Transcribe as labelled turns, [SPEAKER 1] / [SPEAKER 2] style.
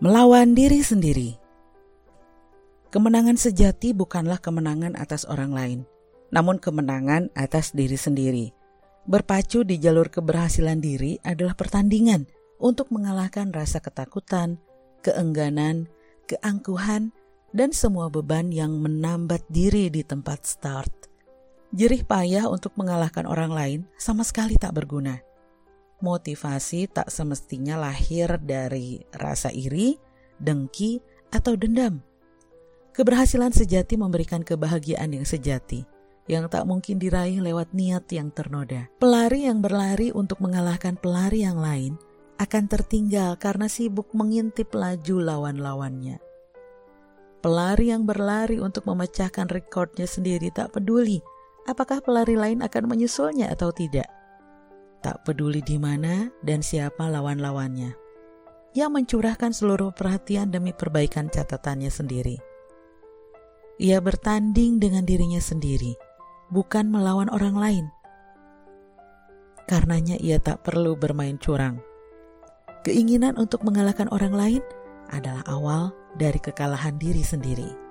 [SPEAKER 1] Melawan diri sendiri. Kemenangan sejati bukanlah kemenangan atas orang lain, namun kemenangan atas diri sendiri. Berpacu di jalur keberhasilan diri adalah pertandingan untuk mengalahkan rasa ketakutan, keengganan, keangkuhan, dan semua beban yang menambat diri di tempat start. Jerih payah untuk mengalahkan orang lain sama sekali tak berguna. Motivasi tak semestinya lahir dari rasa iri, dengki, atau dendam. Keberhasilan sejati memberikan kebahagiaan yang sejati, yang tak mungkin diraih lewat niat yang ternoda. Pelari yang berlari untuk mengalahkan pelari yang lain akan tertinggal karena sibuk mengintip laju lawan-lawannya. Pelari yang berlari untuk memecahkan rekornya sendiri tak peduli apakah pelari lain akan menyusulnya atau tidak. Tak peduli di mana dan siapa lawan-lawannya. Ia mencurahkan seluruh perhatian demi perbaikan catatannya sendiri. Ia bertanding dengan dirinya sendiri, bukan melawan orang lain. Karenanya ia tak perlu bermain curang. Keinginan untuk mengalahkan orang lain adalah awal dari kekalahan diri sendiri.